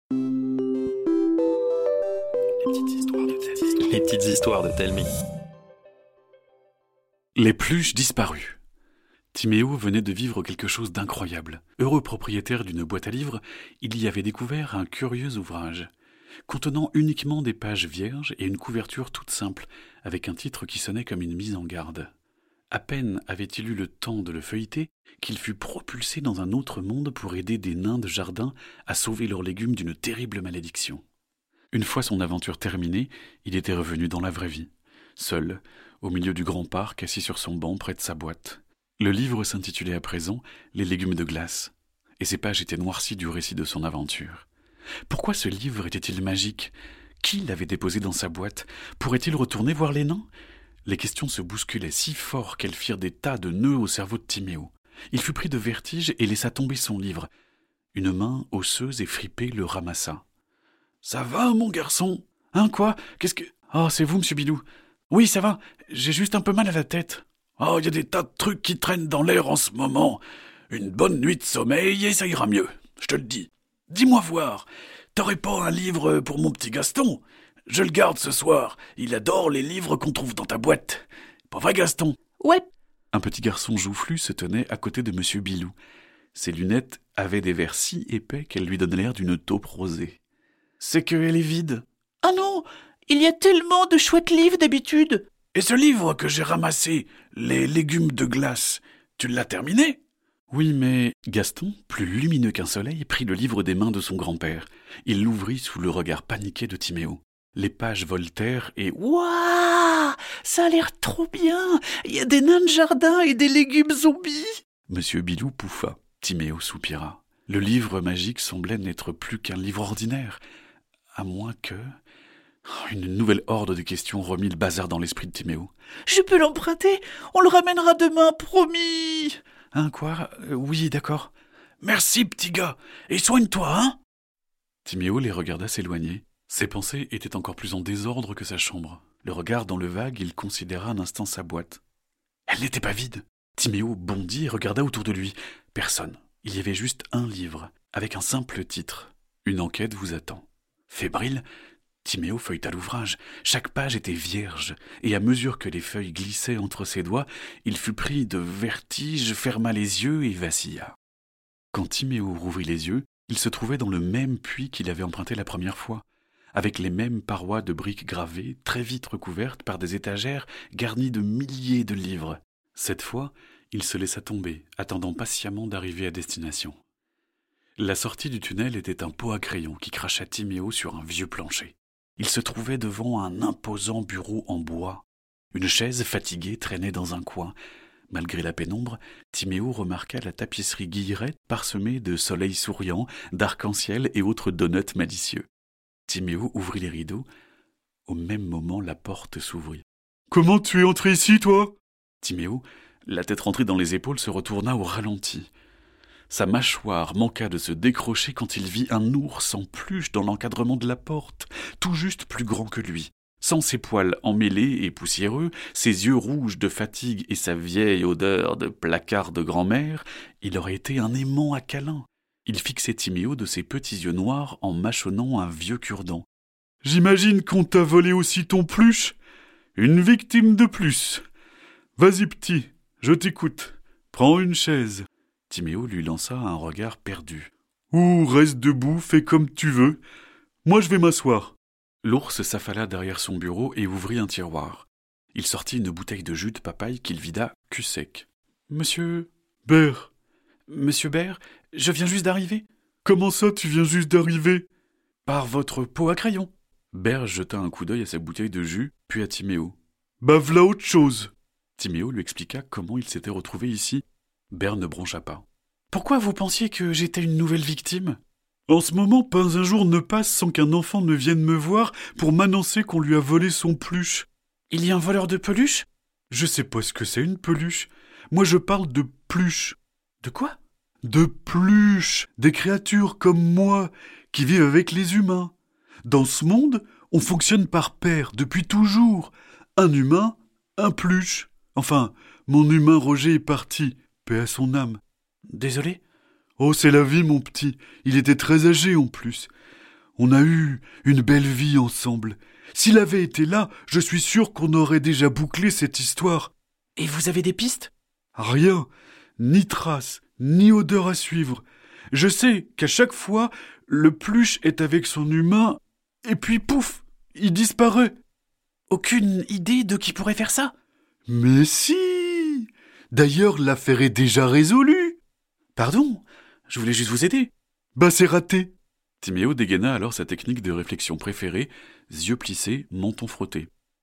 Les petites histoires de Telmi. Les pluches disparues. Timéo venait de vivre quelque chose d'incroyable. Heureux propriétaire d'une boîte à livres, il y avait découvert un curieux ouvrage, contenant uniquement des pages vierges et une couverture toute simple, avec un titre qui sonnait comme une mise en garde. À peine avait-il eu le temps de le feuilleter qu'il fut propulsé dans un autre monde pour aider des nains de jardin à sauver leurs légumes d'une terrible malédiction. Une fois son aventure terminée, il était revenu dans la vraie vie, seul, au milieu du grand parc, assis sur son banc près de sa boîte. Le livre s'intitulait à présent « Les légumes de glace », et ses pages étaient noircies du récit de son aventure. Pourquoi ce livre était-il magique ? Qui l'avait déposé dans sa boîte ? Pourrait-il retourner voir les nains ? Les questions se bousculaient si fort qu'elles firent des tas de nœuds au cerveau de Timéo. Il fut pris de vertige et laissa tomber son livre. Une main osseuse et fripée le ramassa. « Ça va, mon garçon ? Hein, quoi ? Qu'est-ce que... Oh, c'est vous, monsieur Bilou ? Oui, ça va, j'ai juste un peu mal à la tête. Oh, il y a des tas de trucs qui traînent dans l'air en ce moment. Une bonne nuit de sommeil et ça ira mieux, je te le dis. Dis-moi voir, t'aurais pas un livre pour mon petit Gaston ? Je le garde ce soir, il adore les livres qu'on trouve dans ta boîte. Pas vrai, Gaston ? Ouais. Un petit garçon joufflu se tenait à côté de monsieur Bilou. Ses lunettes avaient des verres si épais qu'elles lui donnaient l'air d'une taupe rosée. C'est qu'elle est vide. Ah non, il y a tellement de chouettes livres d'habitude. Et ce livre que j'ai ramassé, les légumes de glace, tu l'as terminé ? Oui, mais Gaston, plus lumineux qu'un soleil, prit le livre des mains de son grand-père. Il l'ouvrit sous le regard paniqué de Timéo. Les pages voltèrent et... Waouh, ça a l'air trop bien. Il y a des nains de jardin et des légumes zombies. Monsieur Bilou pouffa. Timéo soupira. Le livre magique semblait n'être plus qu'un livre ordinaire. À moins que... Une nouvelle horde de questions remit le bazar dans l'esprit de Timéo. Je peux l'emprunter ? On le ramènera demain, promis. Hein, quoi ? Oui, d'accord. Merci, petit gars. Et soigne-toi, hein ? Timéo les regarda s'éloigner. Ses pensées étaient encore plus en désordre que sa chambre. Le regard dans le vague, il considéra un instant sa boîte. Elle n'était pas vide. Timéo bondit et regarda autour de lui. Personne. Il y avait juste un livre, avec un simple titre. Une enquête vous attend. Fébrile, Timéo feuilleta l'ouvrage. Chaque page était vierge, et à mesure que les feuilles glissaient entre ses doigts, il fut pris de vertige, ferma les yeux et vacilla. Quand Timéo rouvrit les yeux, il se trouvait dans le même puits qu'il avait emprunté la première fois, avec les mêmes parois de briques gravées, très vite recouvertes par des étagères garnies de milliers de livres. Cette fois, il se laissa tomber, attendant patiemment d'arriver à destination. La sortie du tunnel était un pot à crayon qui cracha Timéo sur un vieux plancher. Il se trouvait devant un imposant bureau en bois. Une chaise fatiguée traînait dans un coin. Malgré la pénombre, Timéo remarqua la tapisserie Guillerette parsemée de soleils souriants, d'arc-en-ciel et autres donuts malicieux. Timéo ouvrit les rideaux. Au même moment, la porte s'ouvrit. « Comment tu es entré ici, toi ?» Timéo, la tête rentrée dans les épaules, se retourna au ralenti. Sa mâchoire manqua de se décrocher quand il vit un ours en peluche dans l'encadrement de la porte, tout juste plus grand que lui. Sans ses poils emmêlés et poussiéreux, ses yeux rouges de fatigue et sa vieille odeur de placard de grand-mère, il aurait été un aimant à câlin. Il fixait Timéo de ses petits yeux noirs en mâchonnant un vieux cure-dent. « J'imagine qu'on t'a volé aussi ton peluche ? Une victime de plus. Vas-y, petit, je t'écoute. Prends une chaise. » Timéo lui lança un regard perdu. « Ou reste debout, fais comme tu veux. Moi, je vais m'asseoir. » L'ours s'affala derrière son bureau et ouvrit un tiroir. Il sortit une bouteille de jus de papaye qu'il vida cul sec. « Monsieur... Bert. Monsieur Bert, je viens juste d'arriver. »« Comment ça, tu viens juste d'arriver ?»« Par votre pot à crayon. » Bert jeta un coup d'œil à sa bouteille de jus, puis à Timéo. « Bah v'là autre chose. » Timéo lui expliqua comment il s'était retrouvé ici. Bert ne broncha pas. « Pourquoi vous pensiez que j'étais une nouvelle victime ? » En ce moment, pas un jour ne passe sans qu'un enfant ne vienne me voir pour m'annoncer qu'on lui a volé son peluche. Il y a un voleur de peluche ? Je sais pas ce que c'est une peluche. Moi je parle de pluche. De quoi ? De pluche. Des créatures comme moi, qui vivent avec les humains. Dans ce monde, on fonctionne par paire, depuis toujours. Un humain, un pluche. Enfin, mon humain Roger est parti, paix à son âme. Désolé ? Oh, c'est la vie, mon petit. Il était très âgé en plus. On a eu une belle vie ensemble. S'il avait été là, je suis sûr qu'on aurait déjà bouclé cette histoire. Et vous avez des pistes ? Rien, ni trace, ni odeur à suivre. Je sais qu'à chaque fois, le pluche est avec son humain, et puis pouf, il disparaît. Aucune idée de qui pourrait faire ça ? Mais si ! D'ailleurs, l'affaire est déjà résolue. Pardon, je voulais juste vous aider. Bah c'est raté. Timéo dégaina alors sa technique de réflexion préférée, yeux plissés, menton frotté.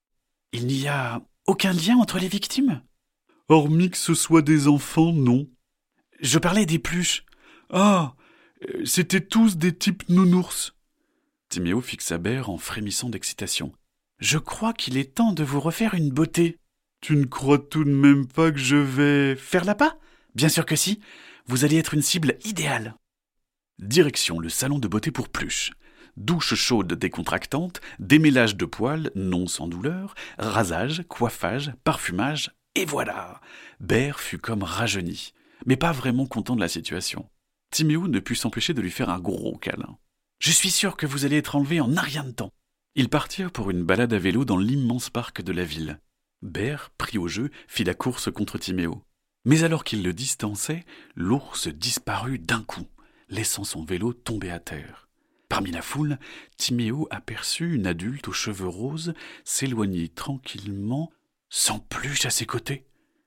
Il n'y a aucun lien entre les victimes ? Hormis que ce soit des enfants, non. Je parlais des pluches. Ah, c'étaient tous des types nounours. Timéo fixa Bert en frémissant d'excitation. Je crois qu'il est temps de vous refaire une beauté. Tu ne crois tout de même pas que je vais... Faire l'appât ? Bien sûr que si. Vous allez être une cible idéale. Direction le salon de beauté pour pluche. Douche chaude décontractante, démêlage de poils, non sans douleur, rasage, coiffage, parfumage, et voilà. Bert fut comme rajeuni, mais pas vraiment content de la situation. Timéo ne put s'empêcher de lui faire un gros câlin. Je suis sûr que vous allez être enlevé en un rien de temps. Ils partirent pour une balade à vélo dans l'immense parc de la ville. Bert, pris au jeu, fit la course contre Timéo. Mais alors qu'il le distançait, l'ours disparut d'un coup, laissant son vélo tomber à terre. Parmi la foule, Timéo aperçut une adulte aux cheveux roses s'éloigner tranquillement, sans pluche à ses côtés.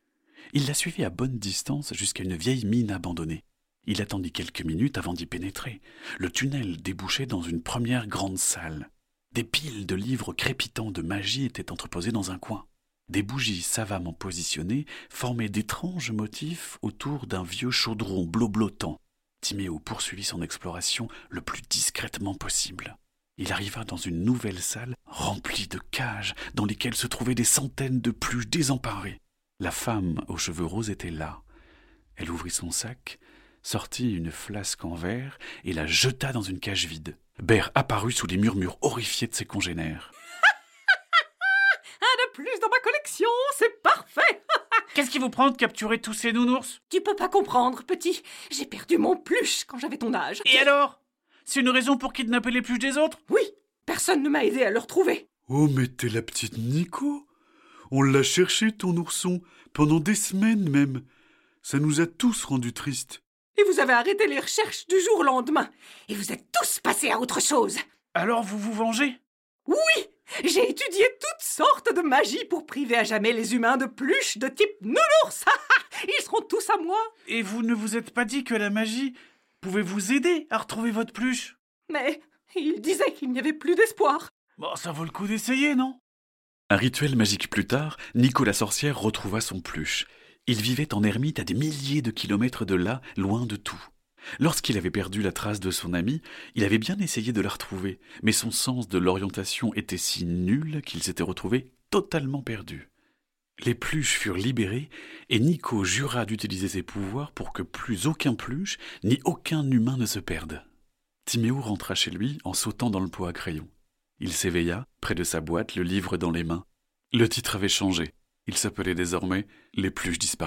Il la suivit à bonne distance jusqu'à une vieille mine abandonnée. Il attendit quelques minutes avant d'y pénétrer. Le tunnel débouchait dans une première grande salle. Des piles de livres crépitants de magie étaient entreposés dans un coin. Des bougies savamment positionnées formaient d'étranges motifs autour d'un vieux chaudron bleu-blottant. Timéo poursuivit son exploration le plus discrètement possible. Il arriva dans une nouvelle salle remplie de cages dans lesquelles se trouvaient des centaines de pluches désemparées. La femme aux cheveux roses était là. Elle ouvrit son sac, sortit une flasque en verre et la jeta dans une cage vide. Bert apparut sous les murmures horrifiés de ses congénères. Un de plus dans ma collection, c'est parfait. Qu'est-ce qui vous prend de capturer tous ces nounours ? Tu peux pas comprendre, petit. J'ai perdu mon pluche quand j'avais ton âge. Et alors ? C'est une raison pour kidnapper les pluches des autres ? Oui, personne ne m'a aidé à le retrouver. Oh, mais t'es la petite Nico. On l'a cherché, ton ourson, pendant des semaines même. Ça nous a tous rendus tristes. Et vous avez arrêté les recherches du jour au lendemain. Et vous êtes tous passés à autre chose. Alors vous vous vengez ? Oui, j'ai étudié toutes sortes de magies pour priver à jamais les humains de pluches de type nounours. Ils seront tous à moi. Et vous ne vous êtes pas dit que la magie pouvait vous aider à retrouver votre pluche ? Mais il disait qu'il n'y avait plus d'espoir. Bon, ça vaut le coup d'essayer, non ? Un rituel magique plus tard, Nico la sorcière retrouva son pluche. Il vivait en ermite à des milliers de kilomètres de là, loin de tout. Lorsqu'il avait perdu la trace de son ami, il avait bien essayé de la retrouver, mais son sens de l'orientation était si nul qu'il s'était retrouvé totalement perdu. Les pluches furent libérées et Nico jura d'utiliser ses pouvoirs pour que plus aucun pluche ni aucun humain ne se perde. Timéo rentra chez lui en sautant dans le pot à crayon. Il s'éveilla, près de sa boîte, le livre dans les mains. Le titre avait changé. Il s'appelait désormais « Les pluches disparues ».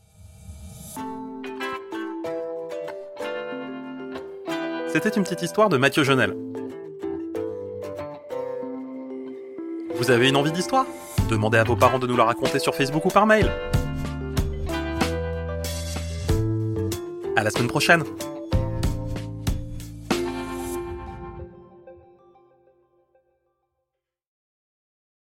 C'était une petite histoire de Mathieu Jonel. Vous avez une envie d'histoire ? Demandez à vos parents de nous la raconter sur Facebook ou par mail. À la semaine prochaine.